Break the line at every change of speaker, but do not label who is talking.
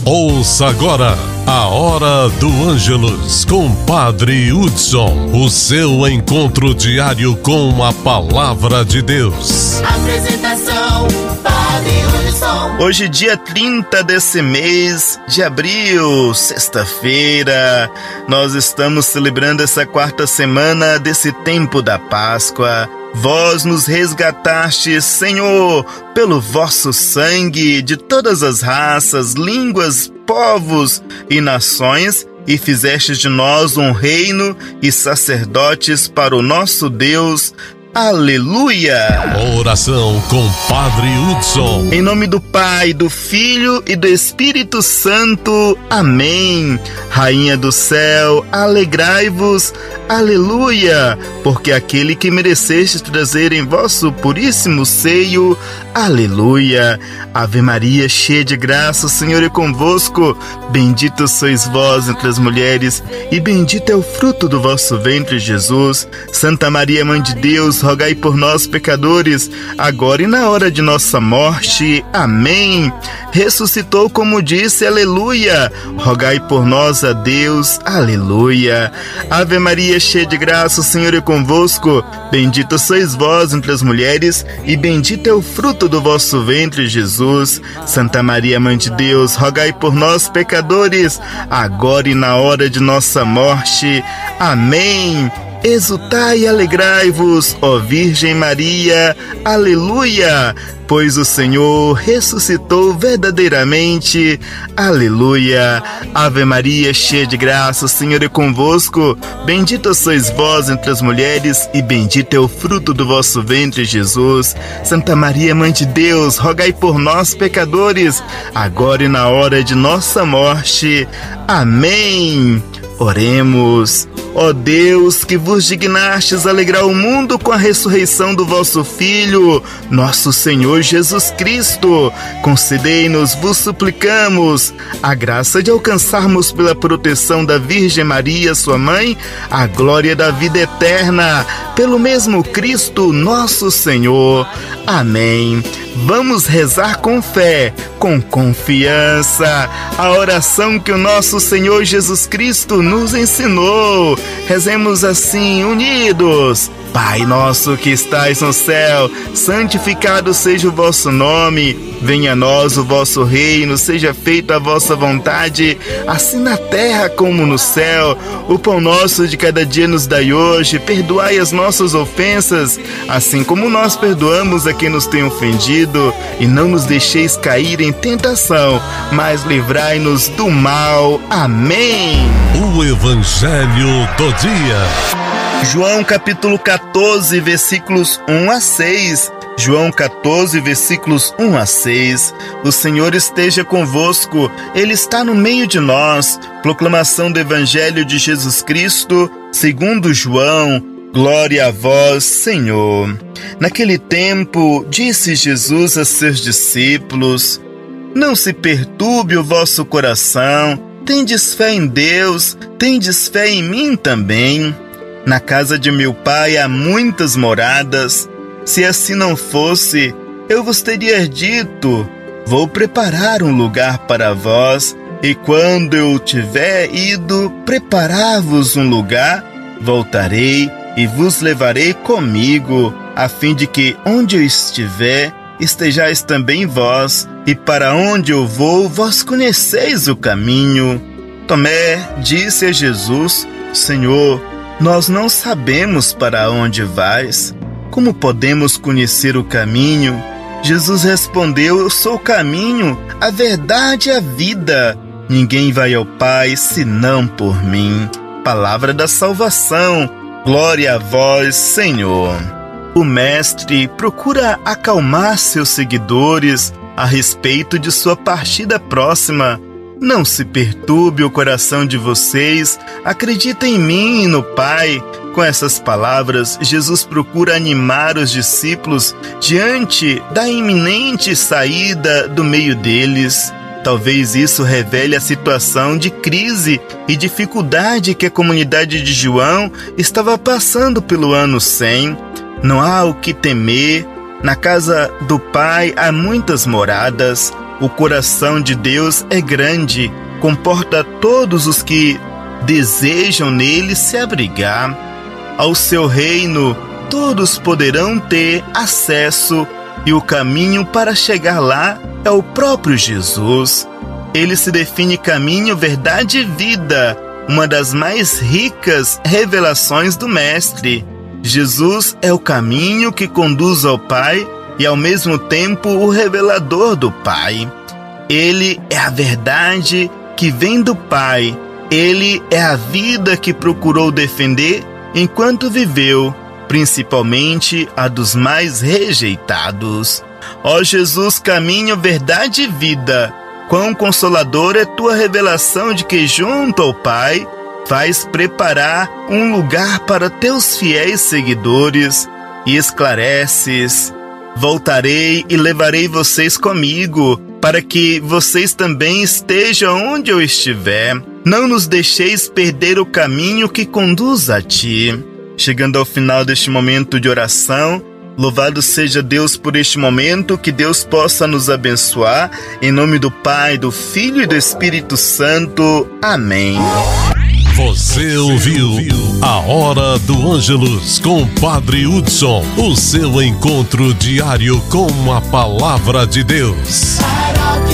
Ouça agora a Hora do Ângelus com Padre Hudson, o seu encontro diário com a Palavra de Deus.
Apresentação, Padre Hudson.
Hoje, dia 30 desse mês de abril, sexta-feira, nós estamos celebrando essa quarta semana desse tempo da Páscoa. Vós nos resgatastes, Senhor, pelo vosso sangue de todas as raças, línguas, povos e nações, e fizestes de nós um reino e sacerdotes para o nosso Deus. Aleluia!
Oração com Padre Hudson.
Em nome do Pai, do Filho e do Espírito Santo. Amém. Rainha do céu, alegrai-vos. Aleluia! Porque aquele que mereceste trazer em vosso puríssimo seio. Aleluia! Ave Maria, cheia de graça, o Senhor é convosco. Bendita sois vós entre as mulheres, e bendito é o fruto do vosso ventre, Jesus. Santa Maria, Mãe de Deus, rogai por nós, pecadores, agora e na hora de nossa morte. Amém. Ressuscitou, como disse, aleluia. Rogai por nós a Deus, aleluia. Ave Maria, cheia de graça, o Senhor é convosco. Bendita sois vós entre as mulheres, e bendito é o fruto do vosso ventre, Jesus. Santa Maria, Mãe de Deus, rogai por nós, pecadores, agora e na hora de nossa morte. Amém. Exultai e alegrai-vos, ó Virgem Maria, aleluia, pois o Senhor ressuscitou verdadeiramente, aleluia. Ave Maria, cheia de graça, o Senhor é convosco, bendita sois vós entre as mulheres, e bendito é o fruto do vosso ventre, Jesus. Santa Maria, Mãe de Deus, rogai por nós, pecadores, agora e na hora de nossa morte. Amém. Oremos. Ó Deus, que vos dignastes alegrar o mundo com a ressurreição do vosso Filho, nosso Senhor Jesus Cristo, concedei-nos, vos suplicamos, a graça de alcançarmos pela proteção da Virgem Maria, sua mãe, a glória da vida eterna, pelo mesmo Cristo, nosso Senhor. Amém. Vamos rezar com fé, com confiança, a oração que o nosso Senhor Jesus Cristo nos ensinou. Rezemos assim, unidos. Pai nosso que estais no céu, santificado seja o vosso nome. Venha a nós o vosso reino, seja feita a vossa vontade, assim na terra como no céu. O pão nosso de cada dia nos dai hoje, perdoai as nossas ofensas, assim como nós perdoamos a quem nos tem ofendido. E não nos deixeis cair em tentação, mas livrai-nos do mal. Amém.
O Evangelho do Dia.
João capítulo 14, versículos 1 a 6. João 14, versículos 1 a 6. O Senhor esteja convosco, Ele está no meio de nós. Proclamação do Evangelho de Jesus Cristo, segundo João. Glória a vós, Senhor. Naquele tempo, disse Jesus a seus discípulos: não se perturbe o vosso coração. Tendes fé em Deus, tendes fé em mim também. Na casa de meu Pai há muitas moradas. Se assim não fosse, eu vos teria dito: vou preparar um lugar para vós, e quando eu tiver ido preparar-vos um lugar, voltarei e vos levarei comigo, a fim de que onde eu estiver, estejais também vós, e para onde eu vou, vós conheceis o caminho. Tomé disse a Jesus: Senhor, nós não sabemos para onde vais. Como podemos conhecer o caminho? Jesus respondeu: eu sou o caminho, a verdade e a vida. Ninguém vai ao Pai senão por mim. Palavra da salvação. Glória a vós, Senhor. O Mestre procura acalmar seus seguidores a respeito de sua partida próxima. Não se perturbe o coração de vocês, acreditem em mim e no Pai. Com essas palavras, Jesus procura animar os discípulos diante da iminente saída do meio deles. Talvez isso revele a situação de crise e dificuldade que a comunidade de João estava passando pelo ano 100. Não há o que temer. Na casa do Pai há muitas moradas. O coração de Deus é grande, comporta todos os que desejam nele se abrigar. Ao seu reino, todos poderão ter acesso e o caminho para chegar lá é o próprio Jesus. Ele se define caminho, verdade e vida, uma das mais ricas revelações do Mestre. Jesus é o caminho que conduz ao Pai e ao mesmo tempo o revelador do Pai. Ele é a verdade que vem do Pai. Ele é a vida que procurou defender enquanto viveu, principalmente a dos mais rejeitados. Ó Jesus, caminho, verdade e vida, quão consoladora é tua revelação de que junto ao Pai faz preparar um lugar para teus fiéis seguidores e esclareces: voltarei e levarei vocês comigo, para que vocês também estejam onde eu estiver. Não nos deixeis perder o caminho que conduz a ti. Chegando ao final deste momento de oração, louvado seja Deus por este momento, que Deus possa nos abençoar. Em nome do Pai, do Filho e do Espírito Santo. Amém.
Você ouviu A Hora do Ângelus com Padre Hudson, o seu encontro diário com a Palavra de Deus.